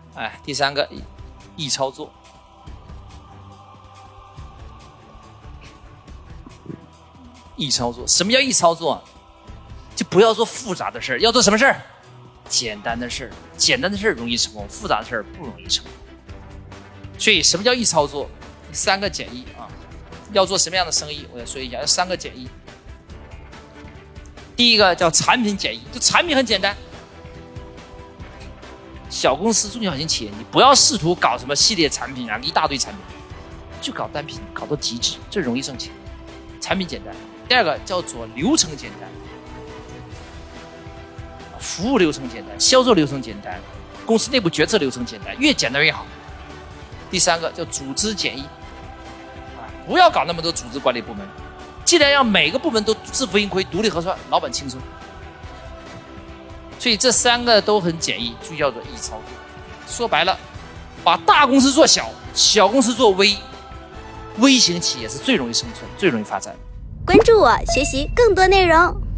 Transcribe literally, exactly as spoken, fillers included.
哎，第三个易操作。易操作，什么叫易操作？就不要做复杂的事儿，要做什么事儿？简单的事儿，简单的事儿容易成功，复杂的事儿不容易成功。所以什么叫易操作？三个减一啊！要做什么样的生意？我再说一下，要三个减一。第一个叫产品减一，就产品很简单。小公司、中小型企业，你不要试图搞什么系列产品啊，一大堆产品，就搞单品，搞到极致，这容易挣钱。产品简单。第二个叫做流程简单，服务流程简单，销售流程简单，公司内部决策流程简单，越简单越好。第三个叫组织简易，啊，不要搞那么多组织管理部门，既然让每个部门都自负盈亏、独立核算，老板轻松。所以这三个都很简易，就叫做易操作。说白了，把大公司做小，小公司做微，微型企业是最容易生存、最容易发展。 关注我，学习更多内容。